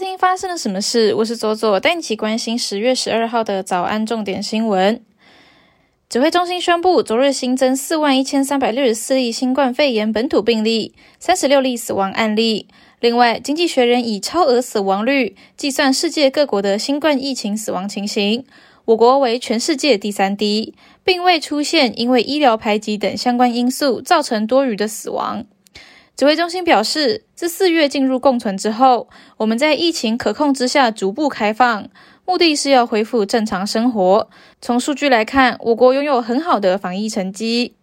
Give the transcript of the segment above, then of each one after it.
听发生了什么事，我是左左，带你一起关心10月12号的早安重点新闻。指挥中心宣布，昨日新增41364例新冠肺炎本土病例，36例死亡案例。另外，经济学人以超额死亡率计算世界各国的新冠疫情死亡情形，我国为全世界第3低，并未出现因为医疗排挤等相关因素造成多余的死亡。指挥中心表示，自4月进入共存之后，我们在疫情可控之下逐步开放，目的是要恢复正常生活。从数据来看，我国拥有很好的防疫成绩。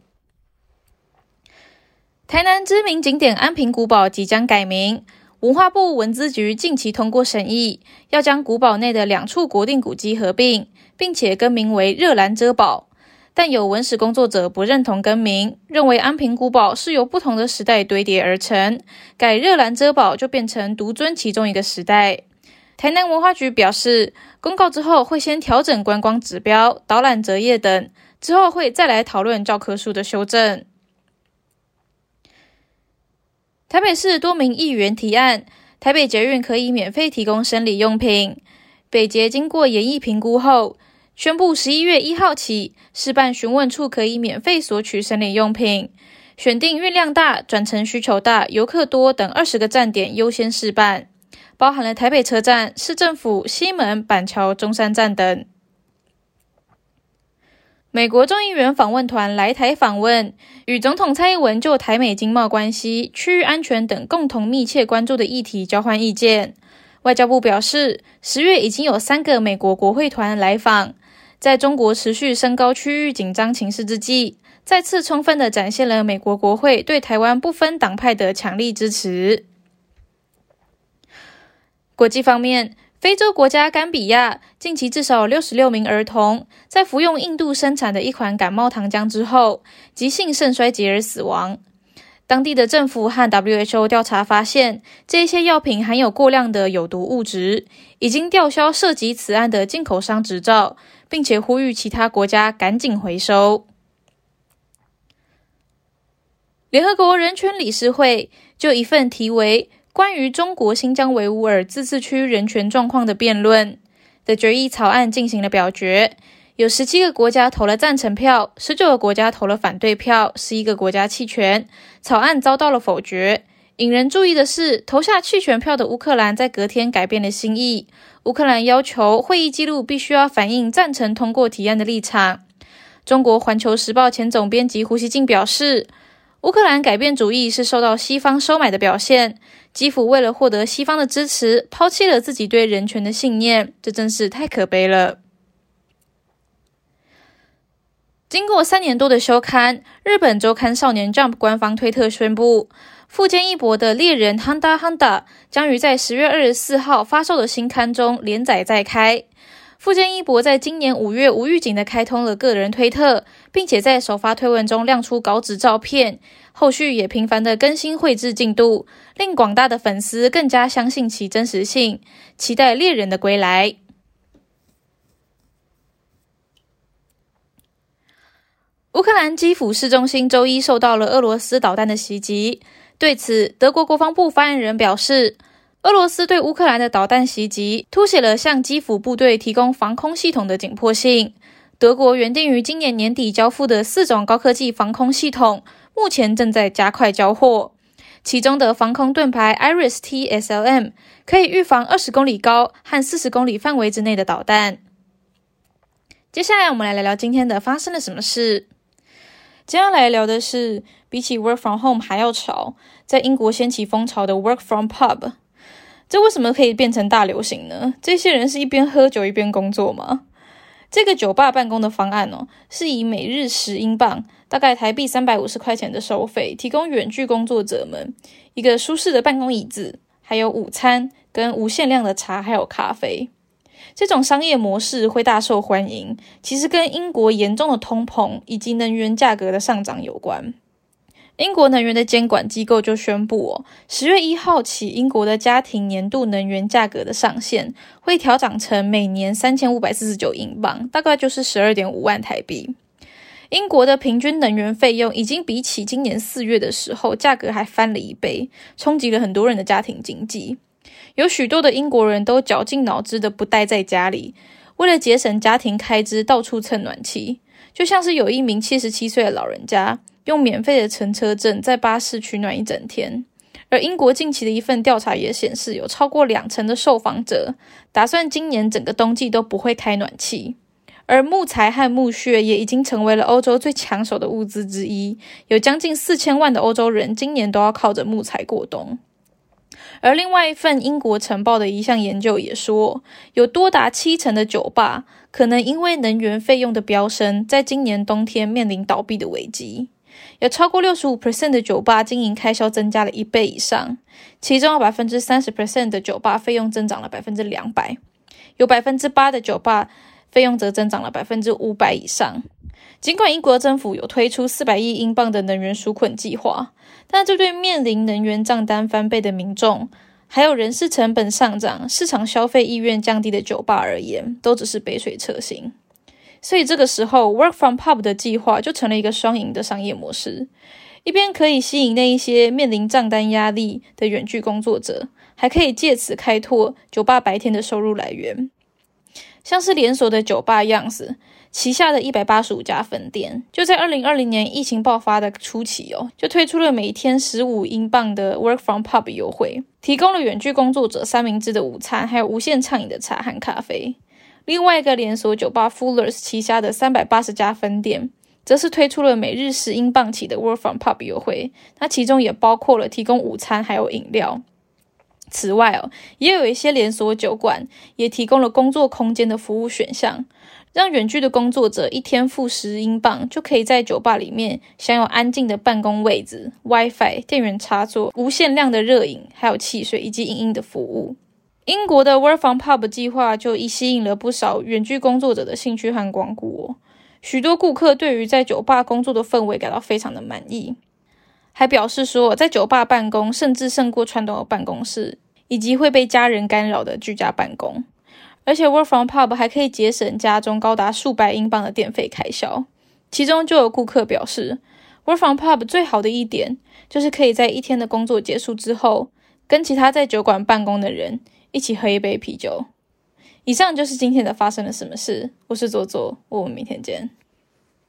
台南知名景点安平古堡即将改名，文化部文资局近期通过审议，要将古堡内的2处国定古迹合并，并且更名为热兰遮堡。但有文史工作者不认同更名，认为安平古堡是由不同的时代堆叠而成，改热兰遮堡就变成独尊其中一个时代。台南文化局表示，公告之后会先调整观光指标、导览折页等，之后会再来讨论教科书的修正。台北市多名议员提案，台北捷运可以免费提供生理用品。北捷经过研议评估后，宣布11月1号起，市办询问处可以免费索取生理用品，选定运量大、转乘需求大、游客多等20个站点优先试办，包含了台北车站、市政府、西门、板桥、中山站等。美国众议员访问团来台访问，与总统蔡英文就台美经贸关系、区域安全等共同密切关注的议题交换意见。外交部表示，10月已经有3个美国国会团来访，在中国持续升高区域紧张情势之际，再次充分地展现了美国国会对台湾不分党派的强力支持。国际方面，非洲国家甘比亚近期至少66名儿童在服用印度生产的一款感冒糖浆之后，急性肾衰竭而死亡。当地的政府和 WHO 调查发现，这些药品含有过量的有毒物质，已经吊销涉及此案的进口商执照，并且呼吁其他国家赶紧回收。联合国人权理事会就一份题为关于中国新疆维吾尔自治区人权状况的辩论的决议草案进行了表决，有17个国家投了赞成票，19个国家投了反对票，11个国家弃权，草案遭到了否决。引人注意的是，投下弃权票的乌克兰在隔天改变了心意，乌克兰要求会议记录必须要反映赞成通过提案的立场。中国环球时报前总编辑胡锡进表示，乌克兰改变主意是受到西方收买的表现，基辅为了获得西方的支持，抛弃了自己对人权的信念，这真是太可悲了。经过3年多的休刊，日本周刊少年 Jump 官方推特宣布，富坚义博的猎人 Hunter Hunter 将于在10月24号发售的新刊中连载再开。富坚义博在今年5月无预警的开通了个人推特，并且在首发推文中亮出稿纸照片，后续也频繁的更新绘制进度，令广大的粉丝更加相信其真实性，期待猎人的归来。乌克兰基辅市中心周一受到了俄罗斯导弹的袭击，对此，德国国防部发言人表示，俄罗斯对乌克兰的导弹袭击凸显了向基辅部队提供防空系统的紧迫性。德国原定于今年年底交付的4种高科技防空系统，目前正在加快交货。其中的防空盾牌 Iris-T SLM 可以预防20公里高和40公里范围之内的导弹。接下来我们来聊聊今天的发生了什么事。接下来聊的是，比起 Work from Home 还要潮，在英国掀起风潮的 Work from Pub。这为什么可以变成大流行呢？这些人是一边喝酒一边工作吗？这个酒吧办公的方案是以每日10英镑，大概台币350块钱的收费，提供远距工作者们一个舒适的办公椅子，还有午餐跟无限量的茶还有咖啡。这种商业模式会大受欢迎，其实跟英国严重的通膨以及能源价格的上涨有关。英国能源的监管机构就宣布10月1号起，英国的家庭年度能源价格的上限会调涨成每年3549英镑，大概就是 12.5 万台币。英国的平均能源费用已经比起今年4月的时候价格还翻了1倍，冲击了很多人的家庭经济。 有许多的英国人都绞尽脑汁的不待在家里，为了节省家庭开支到处蹭暖气，就像是有一名77岁的老人家用免费的乘车证在巴士取暖一整天。而英国近期的一份调查也显示，有超过20%的受访者打算今年整个冬季都不会开暖气。而木材和木屑也已经成为了欧洲最抢手的物资之一，有将近4000万的欧洲人今年都要靠着木材过冬。而另外一份英国晨报的一项研究也说，有多达70%的酒吧可能因为能源费用的飙升，在今年冬天面临倒闭的危机。有超过 65% 的酒吧经营开销增加了1倍以上，其中有 30% 的酒吧费用增长了 200%， 有 8% 的酒吧费用则增长了 500% 以上。尽管英国政府有推出400亿英镑的能源纾困计划，但这对面临能源账单翻倍的民众，还有人事成本上涨、市场消费意愿降低的酒吧而言，都只是杯水车薪。所以这个时候 Work from Pub 的计划就成了一个双赢的商业模式，一边可以吸引那一些面临账单压力的远距工作者，还可以借此开拓酒吧白天的收入来源。像是连锁的酒吧Youngs旗下的185家分店，就在2020年疫情爆发的初期就推出了每天15英镑的 Work from Pub 优惠，提供了远距工作者三明治的午餐，还有无限畅饮的茶和咖啡。另外一个连锁酒吧 Fuller's 旗下的380家分店，则是推出了每日10英镑起的 Work from Pub 优惠，那其中也包括了提供午餐还有饮料。此外也有一些连锁酒馆也提供了工作空间的服务选项，让远距的工作者一天付10英镑就可以在酒吧里面享有安静的办公位置、WiFi、电源插座、无限量的热饮，还有汽水以及影音的服务。英国的 Work from Pub 计划就吸引了不少远距工作者的兴趣和光顾许多顾客对于在酒吧工作的氛围感到非常的满意，还表示说在酒吧办公甚至胜过传统的办公室以及会被家人干扰的居家办公。而且 Work from Pub 还可以节省家中高达数百英镑的电费开销。其中就有顾客表示， Work from Pub 最好的一点就是可以在一天的工作结束之后，跟其他在酒馆办公的人一起喝一杯啤酒。以上就是今天的发生了什么事，我是左左，我们明天见。